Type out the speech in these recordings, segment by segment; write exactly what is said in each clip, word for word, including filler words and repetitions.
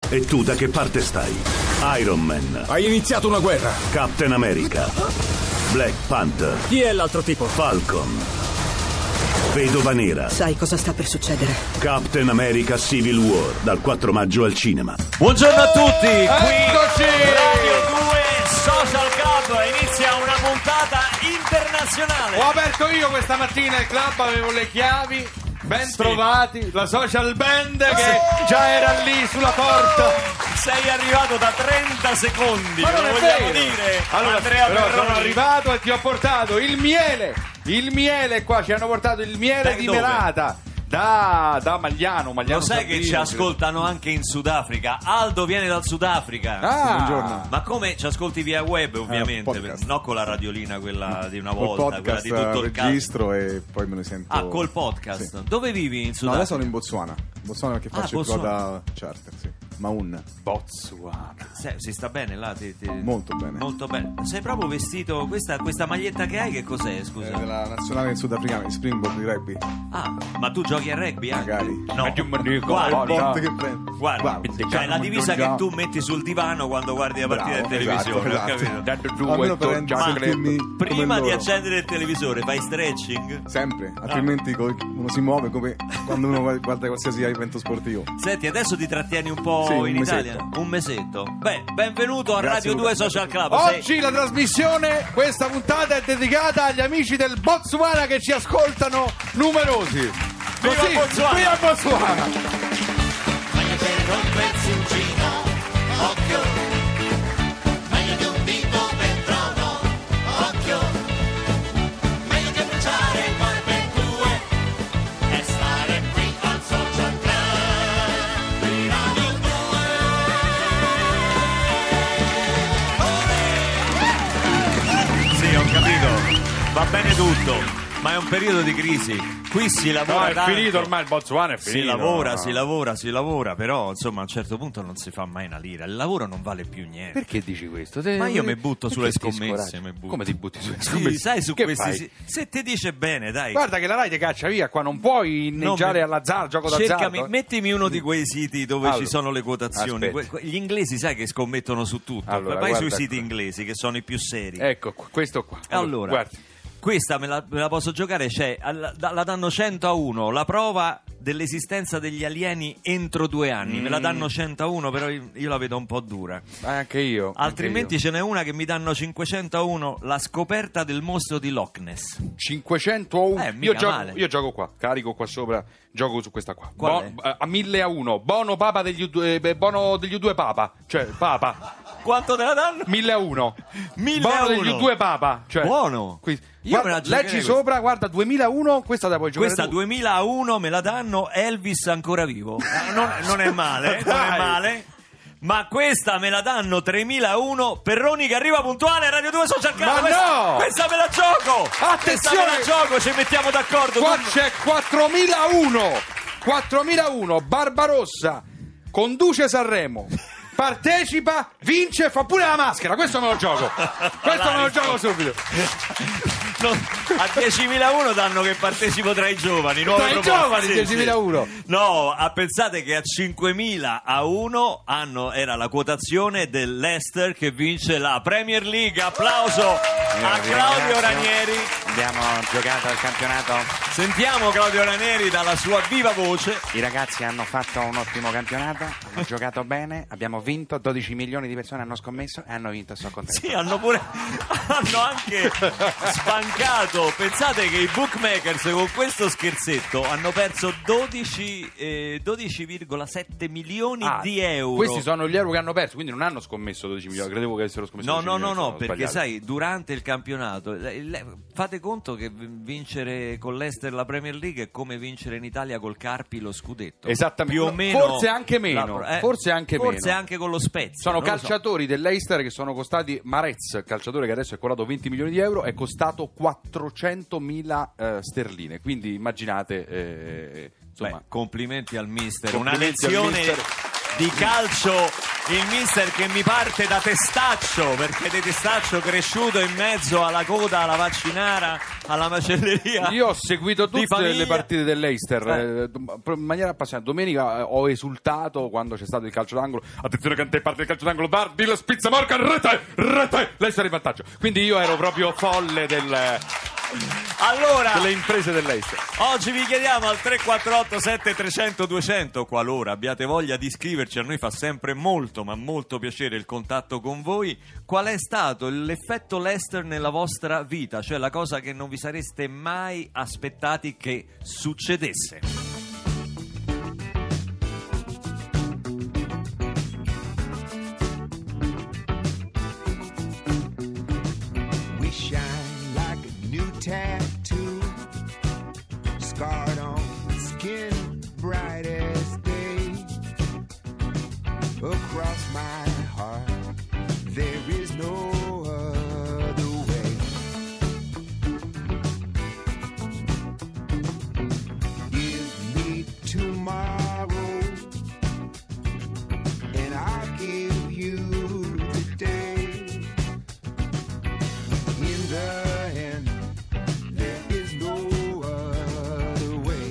E tu da che parte stai? Iron Man. Hai iniziato una guerra. Captain America. Black Panther. Chi è l'altro tipo? Falcon. Vedova Nera. Sai cosa sta per succedere? Captain America Civil War, dal quattro maggio al cinema. Buongiorno a tutti, qui Eccoci! Radio due Social Club, inizia una puntata internazionale. Ho aperto io questa mattina il club, avevo le chiavi, ben Sì. trovati, la social band che già era lì sulla porta. Sei arrivato da trenta secondi, Ma lo non è vogliamo vero. dire? Allora, Andrea però Perroni. sono arrivato e ti ho portato il miele, il miele qua, ci hanno portato il miele Da di dove? Merata. Da, da Magliano, Magliano Lo sai che Sabino, ci credo. ascoltano anche in Sudafrica? Aldo viene dal Sudafrica. Ah, Buongiorno. Ma come ci ascolti via web, ovviamente, podcast. no con la radiolina quella di una Col volta, quella podcast di tutto il calcio. registro e poi me ne sento. Ah, col podcast. Sì. Dove vivi in No, Sudafrica? adesso sono in Botswana. Botswana perché Ah, faccio il Botswana. quota charter, sì. Ma un Botswana. Se- si sta bene là? Ti, ti- molto bene. Molto bene. Sei proprio vestito. Questa, questa maglietta che hai, che cos'è? Scusa. Eh, della nazionale sudafricana di Springbok di rugby. Ah, ma tu giochi a rugby anche? Magari. No. Ma Guarda, guarda, Botte che prendo. guarda, Guarda, cioè la divisa che tu metti sul divano quando guardi la partita Bravo, in televisione, esatto, ho capito? esatto. Almeno per sentirmi come Prima di loro. accendere il televisore fai stretching? Sempre, altrimenti co- uno si muove come quando uno guarda qualsiasi evento sportivo. Senti, adesso ti trattieni un po' Sì, un in mesetto. Italia? Un mesetto. Beh, benvenuto a Grazie, Radio Luca. due Social Club. Oggi Sei- la trasmissione, questa puntata è dedicata agli amici del Botswana che ci ascoltano numerosi. Viva Così, Botswana! Viva Botswana! Meglio che rompersi un gino, occhio. Meglio di un dito per trono, occhio. Meglio che bruciare il barbecue e stare qui al Social Club di Radio Sì, ho capito. Va bene tutto, ma è un periodo di crisi. Qui si lavora No, è tanto. finito ormai il Botswana, è finito. Si lavora, si lavora, si lavora, però insomma a un certo punto non si fa mai una lira. Il lavoro non vale più niente. Perché dici questo? Te- Ma io mi butto perché sulle ti scommesse, scoraggi? mi butto. Come ti butti sulle Sì, scommesse? sai, su Che questi fai? si- se ti dice bene, dai. Guarda che la Rai ti caccia via, qua non puoi inneggiare Non mi- all'azzardo, gioco Cercami, d'azzardo. mettimi uno di quei siti dove Allora, ci sono le quotazioni. aspetta. Que- que- Gli inglesi sai che scommettono su tutto. Allora, Vai sui guarda siti qua. inglesi che sono i più seri. Ecco, qu- questo qua. Allora, guarda. questa me la, me la posso giocare, c'è, alla- da- la danno cento a uno, la prova dell'esistenza degli alieni entro due anni, me la danno cento a uno, però io, io la vedo un po' dura. Anche io. Altrimenti anche ce n'è una che mi danno cinquecento a uno, la scoperta del mostro di Loch Ness. io. cinquecento a uno. Eh, mica io, gioco, male. io gioco qua, carico qua sopra, gioco su questa qua. Qual Bo- a mille a uno. Bono papa degli U due, eh, bono degli U due papa. Cioè, papa. Quanto te la danno? mille a uno. mille Bono a degli uno. U due papa. Cioè, Buono. qui- Io me guarda, la giocherei leggi questa. sopra, guarda, duemila a uno, questa la puoi giocare Questa tu. duemila a uno me la danno Elvis ancora vivo. Eh, Non, non è male, non è Dai. male. Ma questa me la danno tremila a uno. Perroni che arriva puntuale, Radio due Social Club. Ma questa, no! questa me la gioco. Questa Attenzione! me la gioco, ci mettiamo d'accordo. Qua Tu- c'è quattromila a uno. quattromila a uno. Barbarossa conduce Sanremo. Partecipa, vince, fa pure la maschera. Questo me lo gioco. Questo me lo gioco subito. No, a diecimila a uno danno che partecipo tra i giovani. nuove Tra i proposte. giovani, Sì, diecimila a uno. sì. No, a, pensate che a cinquemila a uno hanno, era la quotazione dell'Ester che vince la Premier League. Applauso a vi Claudio ringrazio. Ranieri. Abbiamo giocato al campionato, Sentiamo Claudio Ranieri dalla sua viva voce. i ragazzi hanno fatto un ottimo campionato, hanno giocato bene, abbiamo vinto, dodici milioni di persone hanno scommesso e hanno vinto, sono contento. Sì, hanno pure hanno anche sbancato. Pensate che i bookmakers con questo scherzetto hanno perso dodici, eh, dodici virgola sette milioni Ah, di euro. Questi sono gli euro che hanno perso, quindi non hanno scommesso dodici milioni. Credevo che avessero scommesso No, dodici no, no, milioni. no, sono perché sbagliato. sai, durante il campionato, le- le- fate conto che vincere con l'Ester la Premier League è come vincere in Italia col Carpi lo scudetto. Esattamente. Più o No, meno. forse anche meno, la- eh, forse anche forse meno. anche con lo Spezia. Sono non lo so. calciatori dell'Eister che sono costati. Marez, calciatore che adesso è corato venti milioni di euro, è costato quattrocentomila eh, sterline. Quindi immaginate, eh, insomma, Beh, complimenti al mister. Complimenti Una al lezione mister. di calcio il mister che mi parte da Testaccio, perché di Testaccio cresciuto in mezzo alla coda, alla vaccinara, alla macelleria. Io ho seguito di tutte famiglia. le partite dell'Eister Eh. eh, in maniera appassionata. Domenica eh, ho esultato quando c'è stato il calcio d'angolo. Attenzione che ante parte il calcio d'angolo. Bardi, la spizza morca, rete, rete, l'Eister in vantaggio. Quindi io ero proprio folle del, Allora, delle imprese dell'Eister. oggi vi chiediamo al tre quattro otto sette tre zero zero due zero zero, qualora abbiate voglia di iscriverci, a noi fa sempre molto ma molto piacere il contatto con voi. Qual è stato l'effetto Lester nella vostra vita? Cioè la cosa che non vi sareste mai aspettati che succedesse? We shine like a new tattoo, scarred on the skin, bright as day. Across my heart, there is no other way. Give me tomorrow, and I'll give you today. In the end, there is no other way.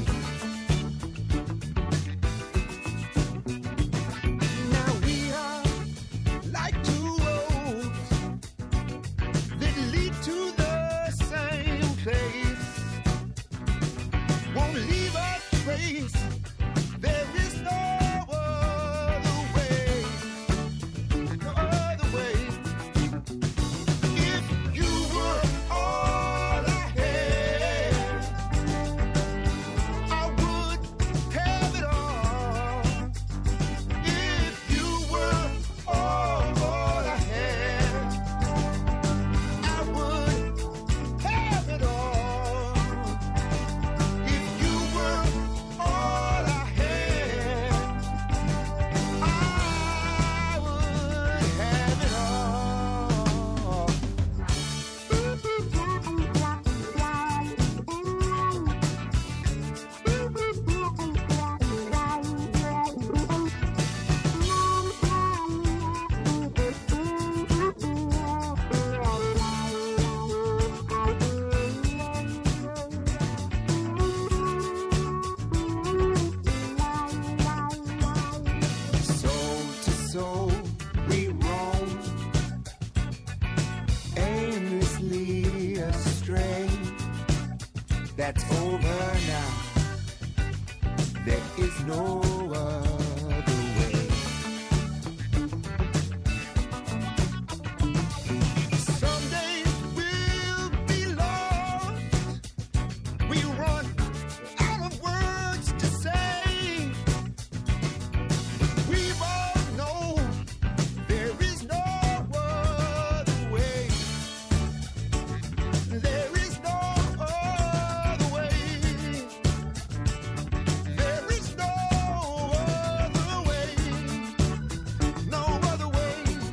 Now we are like two roads that lead to the same place. Won't leave a trace. There is no other way. No other way. If you were all I had, I would have it all. If you were all I had, I would have it all. If you were all I had, I would have it all. Soul to soul we roam, aimlessly astray. That's over now. There is no other way. Some days we'll be lost. We run out of words to say. We both know there is no other way. There is no other way. There is no other way. No other way.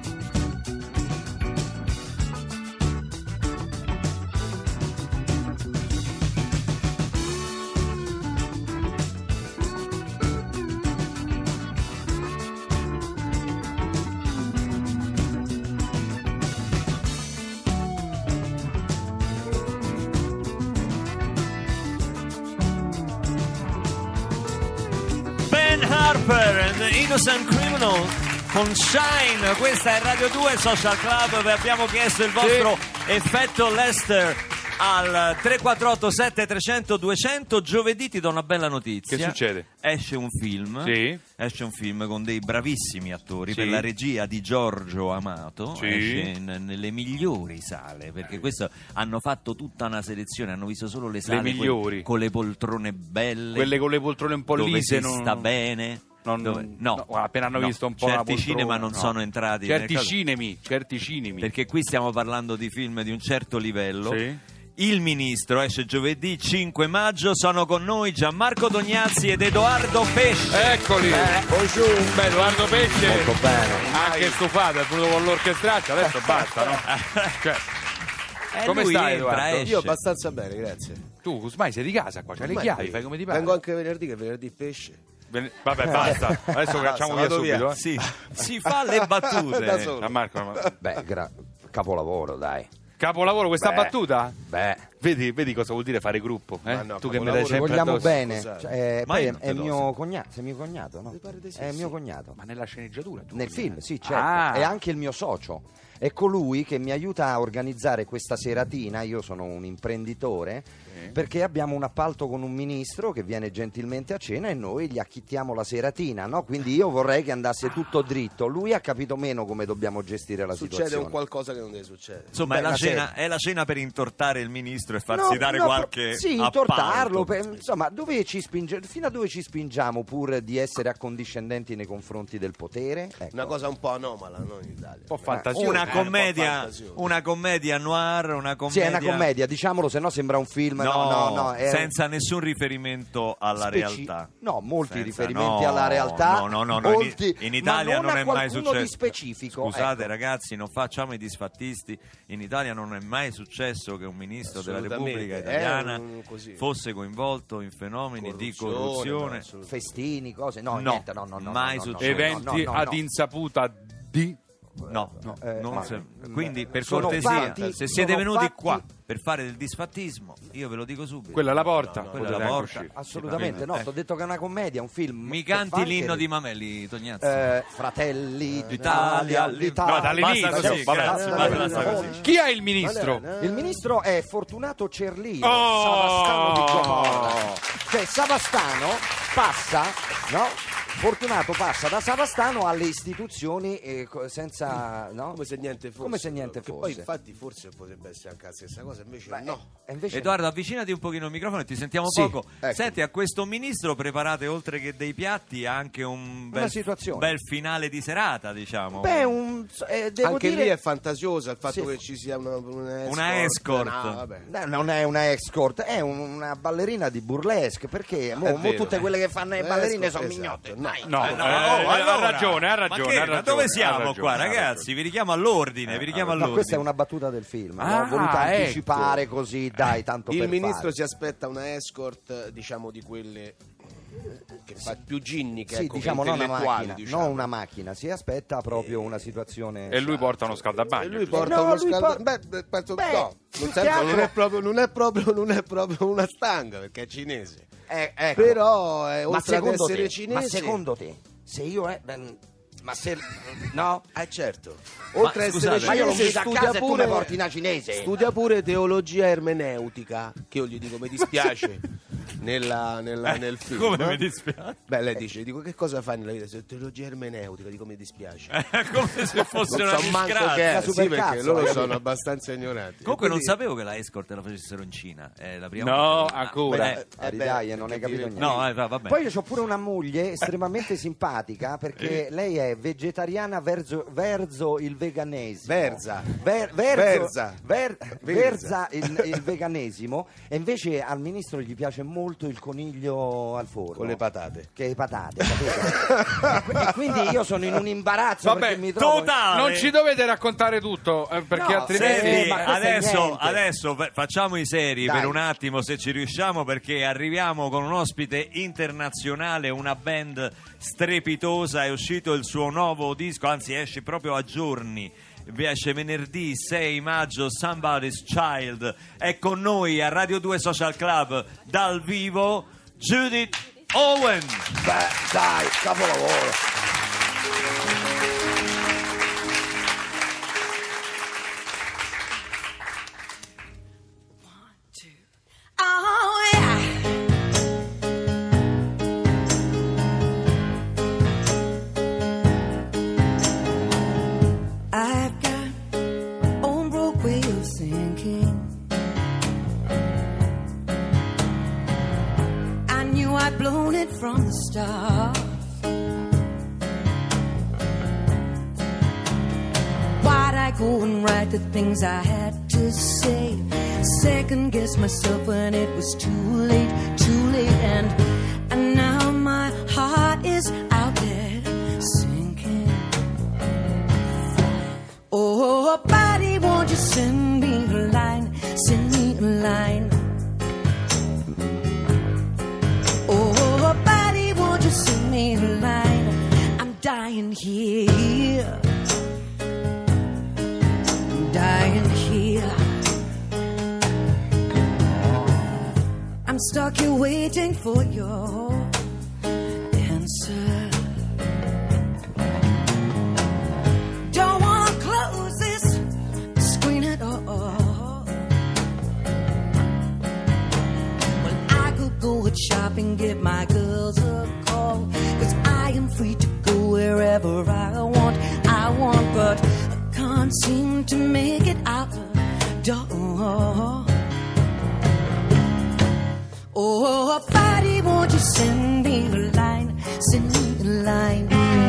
Ben Harper and the Innocent Criminal con Shine. Questa è Radio due Social Club. Vi abbiamo chiesto il vostro effetto Lester al tre quattro otto sette tre zero zero due zero zero. Giovedì ti do una bella notizia. Che succede? Esce un film. Sì. Esce un film con dei bravissimi attori, Sì. per la regia di Giorgio Amato. Sì. Esce in- nelle migliori sale, perché questo hanno fatto tutta una selezione, hanno visto solo le sale quelle migliori. con le poltrone belle, Quelle con le poltrone un po' dove lise si non- sta bene. Non- Dove- no, no, guarda, appena hanno no. visto un po' certi la poltrona, cinema non no. sono entrati nel Certi caso- cinemi, certi cinemi. perché qui stiamo parlando di film di un certo livello. Sì. Il Ministro esce giovedì cinque maggio. Sono con noi Gianmarco Tognazzi ed Edoardo Pesce. Eccoli. Bonjour. Beh, Edoardo Pesce. Molto bene. Anche stufato, è venuto con l'orchestraccia, adesso basta, no? Cioè, Eh, come lui stai, entra, Edoardo? esce. Io abbastanza bene, grazie. tu, ormai sei di casa qua, c'hai le Ormai chiavi, qui. fai come ti pare. Vengo anche venerdì, che venerdì pesce. Bene, vabbè, basta. Adesso cacciamo via vado via. subito. Eh. Sì, si fa le battute. Da solo. Ah, Marco, ma- Beh, gra- capolavoro, dai. capolavoro questa Beh. battuta? Beh, Vedi, vedi cosa vuol dire fare gruppo? Eh? Ma no, tu che mi capolavoro dai ci ci sempre vogliamo addosso. bene. Scusate. Cioè, eh, Ma poi io è, non è te lo mio cognato, sei mio cognato, no? Mi pare di sì, È sì. mio cognato. Ma nella sceneggiatura? tu Nel come- film, sì, certo. Ah. È anche il mio socio. È colui che mi aiuta a organizzare questa seratina. Io sono un imprenditore, perché abbiamo un appalto con un ministro che viene gentilmente a cena e noi gli acchittiamo la seratina, no? Quindi io vorrei che andasse tutto dritto. Lui ha capito meno come dobbiamo gestire la Succede situazione. un qualcosa che non deve succedere. Insomma, Beh, è, la ma cena, se- è la cena per intortare il ministro e farsi No, dare no, qualche pro- sì, appalto. intortarlo, per- insomma, dove ci spinge- fino a dove ci spingiamo pur di essere accondiscendenti nei confronti del potere? Ecco. Una cosa un po' anomala, no, in Italia. Un po' fantasioso. Una Eh, un po' commedia, fantasioso. una commedia noir, una Sì, commedia... è una commedia, diciamolo, se no sembra un film. No, No, no, no, è senza nessun riferimento alla speci- realtà. No, molti Senza- riferimenti no, alla realtà. No, no, no, no, in- molti, in, Italia ma non, non a è mai qualcuno successo. di specifico. Scusate ecco. ragazzi, non facciamo i disfattisti. In Italia non è mai successo che un ministro della Assolutamente, Repubblica è Italiana un- così. fosse coinvolto in fenomeni di Corruzione, corruzione. no, assolutamente. Festini, cose. No, No, niente, no, no, no. mai no, no, no, successo. no, Eventi no, no, ad no. insaputa di... No, Eh, non ma- se- quindi per sono cortesia, fatti- se siete sono venuti fatti- qua per fare del disfattismo, io ve lo dico subito. Quella è la porta. Quella è Potete la anche porta. uscire. Assolutamente, no, Eh. ti ho detto che è una commedia, un film. Mi che canti fa anche- l'inno di Mamelli, Tognazzi? Eh, Fratelli d'Italia, d'Italia, l'Italia. No, dall'inizio, Basta così, vabbè. grazie, Vabbè, basta vabbè. così. Chi è il ministro? Il ministro è Fortunato Cerlino, Oh! Savastano di Gomorra. Cioè Savastano passa, no? Fortunato passa da Savastano alle istituzioni eh, co- senza, no? Come se niente fosse. Come se niente Che fosse. Poi infatti forse potrebbe essere anche la stessa cosa, invece Beh, no. E invece Edoardo, avvicinati un pochino il microfono e ti sentiamo Sì, poco. ecco. Senti, a questo ministro preparate oltre che dei piatti anche un bel, situazione. bel finale di serata, diciamo. Beh, un, eh, devo Anche dire... lì è fantasiosa il fatto Sì. che ci sia una, una escort. Una escort. No, vabbè. No, non è una escort, è un- una ballerina di burlesque, perché mo, mo vero. tutte quelle che fanno le Eh, ballerine escort, sono esatto. mignotte. No. Dai. No, Eh, eh, no, eh, oh, ha allora, ragione, ha ma ragione, che- ha ma ragione, dove ha siamo ragione, qua, ha ragazzi? ragione. Vi richiamo all'ordine, vi richiamo No, all'ordine. questa è una battuta del film, Ah, l'ho voluta ecco. anticipare così, dai, tanto Il per ministro fare. si aspetta una escort, diciamo, di quelle che fa più ginniche, Sì, ecco, diciamo che non una intellettuali, macchina, diciamo. non una macchina, si aspetta proprio una situazione. E lui porta uno scaldabagno. E lui giusto? porta No, uno lui scaldo. por- Beh, beh, penso- Beh, no, più non, che sempre- non altro- è proprio, non, è proprio, non è proprio una stanga perché è cinese. Eh, ecco. Però, eh, ma oltre ad secondo essere te, cinese, ma secondo te, se io eh, beh, ma se no? eh certo. Oltre a scusate, essere Ma io l'ho cinese, vista a studia casa e tu pure, mi porti una cinese. studia pure teologia ermeneutica, che io gli dico mi dispiace nella, nella- nel film. Come mi dispiace? Beh, lei dice, dico che cosa fai nella vita? Se teologia ermeneutica, dico mi dispiace. Come se fosse Non una so manco disgrazia. che è, Una sì, supercazzo, perché loro hai sono capito? abbastanza ignoranti. Comunque E non quindi- sapevo che la escort la facessero in Cina. È la prima No, volta che- ancora. Eh, Ah, dai, non hai capito niente. no, eh, va, vabbè. Poi io ho pure una moglie estremamente simpatica perché lei è vegetariana verso, verso il veganesimo. Verza. Ver- verso- Verza. ver- Verza. verza il, il veganesimo e invece al ministro gli piace molto il coniglio al forno. Con le patate. Che le patate, capito? e quindi io sono in un imbarazzo Vabbè, perché mi trovo... totale. Non ci dovete raccontare tutto, eh, perché No, altrimenti... Eh, Senti, ma questo è adesso, niente. adesso fa- facciamo i seri Dai. per un attimo se ci riusciamo, perché arriviamo con un ospite internazionale, una band strepitosa. È uscito il suo nuovo disco, anzi esce proprio a giorni, esce venerdì sei maggio. Somebody's Child è con noi a Radio due Social Club dal vivo, Judith Owen. Beh, dai, capolavoro. Oh yeah. I've got my own broke way of thinking. I knew I'd blown it from the start. Why'd I go and write the things I had to say? Second guess myself when it was too late, too late, and and now my heart is out there sinking. Oh, buddy, won't you send me a line? Send me a line. Oh, buddy, won't you send here. I'm dying here. I'm stuck here waiting for your answer. Don't wanna close this screen at all. Well, I could go out shopping, give my girls a call, 'cause I am free to go wherever I want, I want, but I can't seem to make it out the door. Oh, buddy, won't you send me a line, send me a line.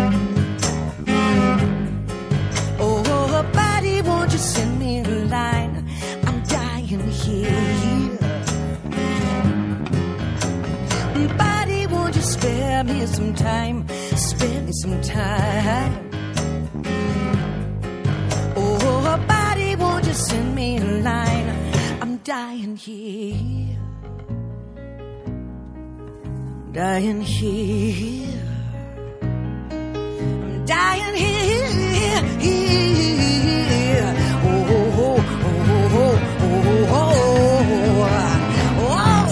Oh, buddy, won't you send me a line, I'm dying here. Buddy, won't you spare me some time, spare me some time. Oh, buddy, won't you send me a line, I'm dying here. Dying here, I'm dying here, here. Oh, oh, oh, oh, oh, oh, oh.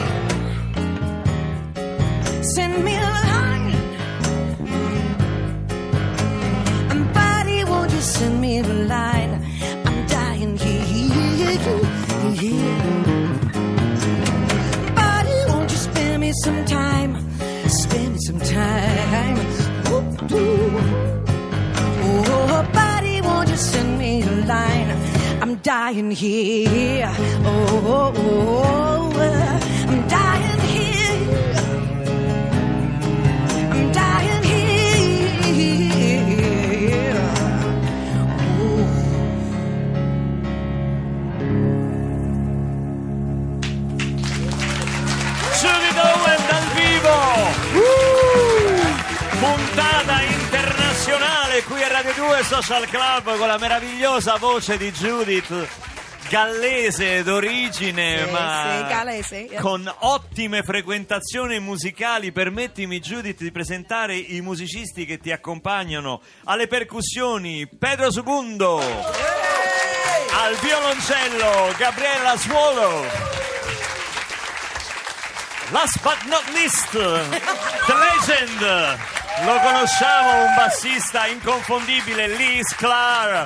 Send me a line, and buddy, won't you send me a line? I'm dying here, here. Some time, spend me some time. Ooh, oh, buddy, won't you send me a line? I'm dying here. Oh, oh, oh, I'm dying here. I'm dying here. Oh. Puntata internazionale qui a Radio due Social Club con la meravigliosa voce di Judith, gallese d'origine, Sì, ma sì, gallese, yeah. con ottime frequentazioni musicali. Permettimi, Judith, di presentare i musicisti che ti accompagnano. Alle percussioni Pedro Segundo, al violoncello Gabriella Swallow, last but not least the legend, lo conosciamo, un bassista inconfondibile, Liz Clark.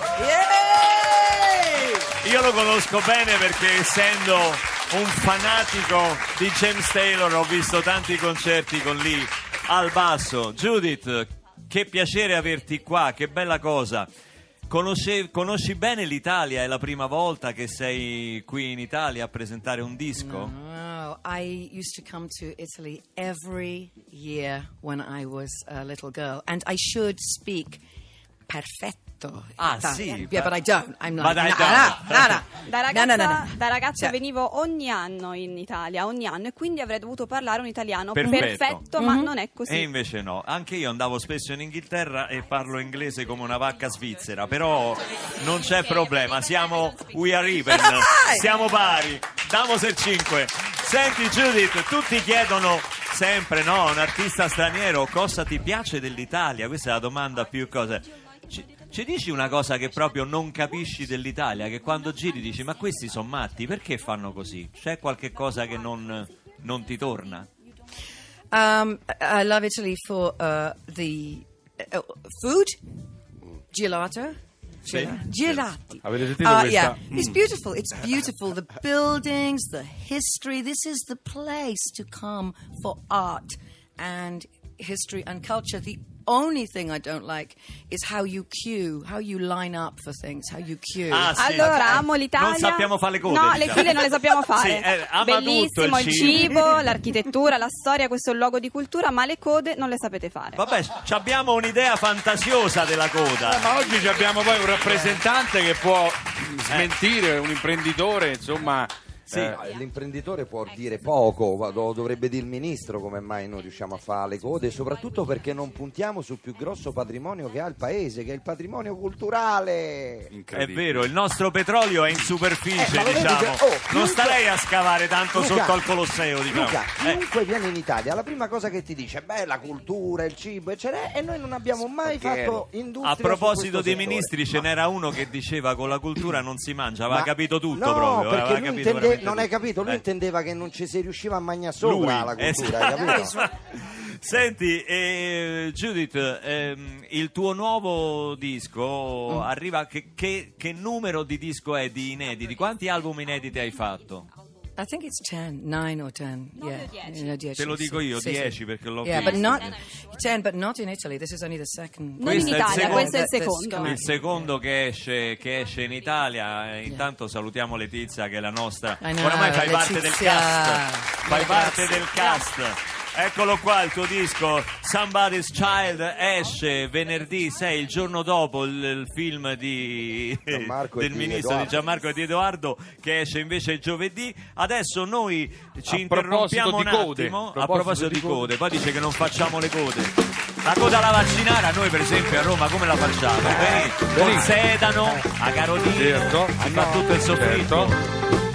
Io lo conosco bene perché, essendo un fanatico di James Taylor, ho visto tanti concerti con Lee al basso. Judith, che piacere averti qua, che bella cosa. Conosce, conosci bene l'Italia? È la prima volta che sei qui in Italia a presentare un disco? No, I used to come to Italy every year when I was a little girl, and I should speak perfetto Ah, Italian. sì, Yeah, ma- but I don't. I'm not. But I no, don't. no, no, no. Da ragazza, No, no, no, no. da ragazza Cioè- venivo ogni anno in Italia, ogni anno, e quindi avrei dovuto parlare un italiano Perfetto. perfetto, ma non è così. E invece no, anche io andavo spesso in Inghilterra e parlo inglese come una vacca svizzera, però non c'è problema, siamo we are even, siamo pari, damos il cinque. Senti Judith, tutti chiedono sempre, no, un artista straniero, cosa ti piace dell'Italia? Questa è la domanda più cosa. Ci, ci dici una cosa che proprio non capisci dell'Italia, che quando giri dici ma questi sono matti, perché fanno così? C'è qualche cosa che non, non ti torna? Um, I love Italy for uh, the uh, food, gelato. Sì. Gelati. Avete sentito Uh, questa? yeah, it's beautiful. It's beautiful. The buildings, the history. This is the place to come for art and history and culture. The only thing I don't like is how you queue, how you line up for things, how you queue. Ah, sì. Allora, amo l'Italia. Non sappiamo fare le code, No, diciamo. le file non le sappiamo fare. Sì, eh, ama Bellissimo tutto il il cibo. cibo, l'architettura, la storia, questo è un luogo di cultura, ma le code non le sapete fare. Vabbè, ci abbiamo un'idea fantasiosa della coda. Ma oggi ci abbiamo poi un rappresentante che può smentire, un imprenditore, insomma, Sì. Eh, l'imprenditore può dire poco, ma lo dovrebbe dire il ministro come mai non riusciamo a fare le code, e soprattutto perché non puntiamo sul più grosso patrimonio che ha il paese, che è il patrimonio culturale. È vero, il nostro petrolio è in superficie, Eh, ma lo vedi diciamo. che- oh, Non chiunque- starei a scavare tanto Luca, sotto al Colosseo, diciamo. Luca, Eh. chiunque viene in Italia, la prima cosa che ti dice, beh, la cultura, il cibo, eccetera, e noi non abbiamo mai fatto industria. A su proposito questo dei settore. ministri, ce n'era uno che diceva con la cultura non si mangia, aveva Ma- capito tutto no, proprio. perché aveva lui capito intende- veramente non hai tutto. capito, lui Eh. intendeva che non ci si riusciva a mangiare sopra Lui, la cultura, esatto. hai capito? Senti, eh, Judith, ehm, il tuo nuovo disco arriva. Che, che- che numero di disco è di inediti? Quanti album inediti hai fatto? I think it's ten, nine or ten. Yeah, no, dieci. Te lo dico io, Sì, sì. dieci perché l'ho Yeah, but visto. not ten, but not in Italy. This is only the second. Non in Questo è il Italia, secondo- questo è il That- that's secondo. come Il out. secondo che esce, che esce in Italia. Eh, Intanto salutiamo Letizia, che è la nostra. I know, Oramai fai parte del Letizia. cast. Fai Grazie. parte del cast. Eccolo qua il tuo disco Somebody's Child, esce venerdì sei, il giorno dopo il, il film di, Gianmarco e del di ministro di Edoardo. Gianmarco e di Edoardo, che esce invece giovedì. Adesso noi ci A interrompiamo proposito un di code, attimo. a A proposito di code, poi dice che non facciamo le code. La coda alla vaccinara noi per esempio a Roma come la facciamo? Venite, con Venite. sedano, a carotino, Certo. si fa tutto il soffritto. Certo.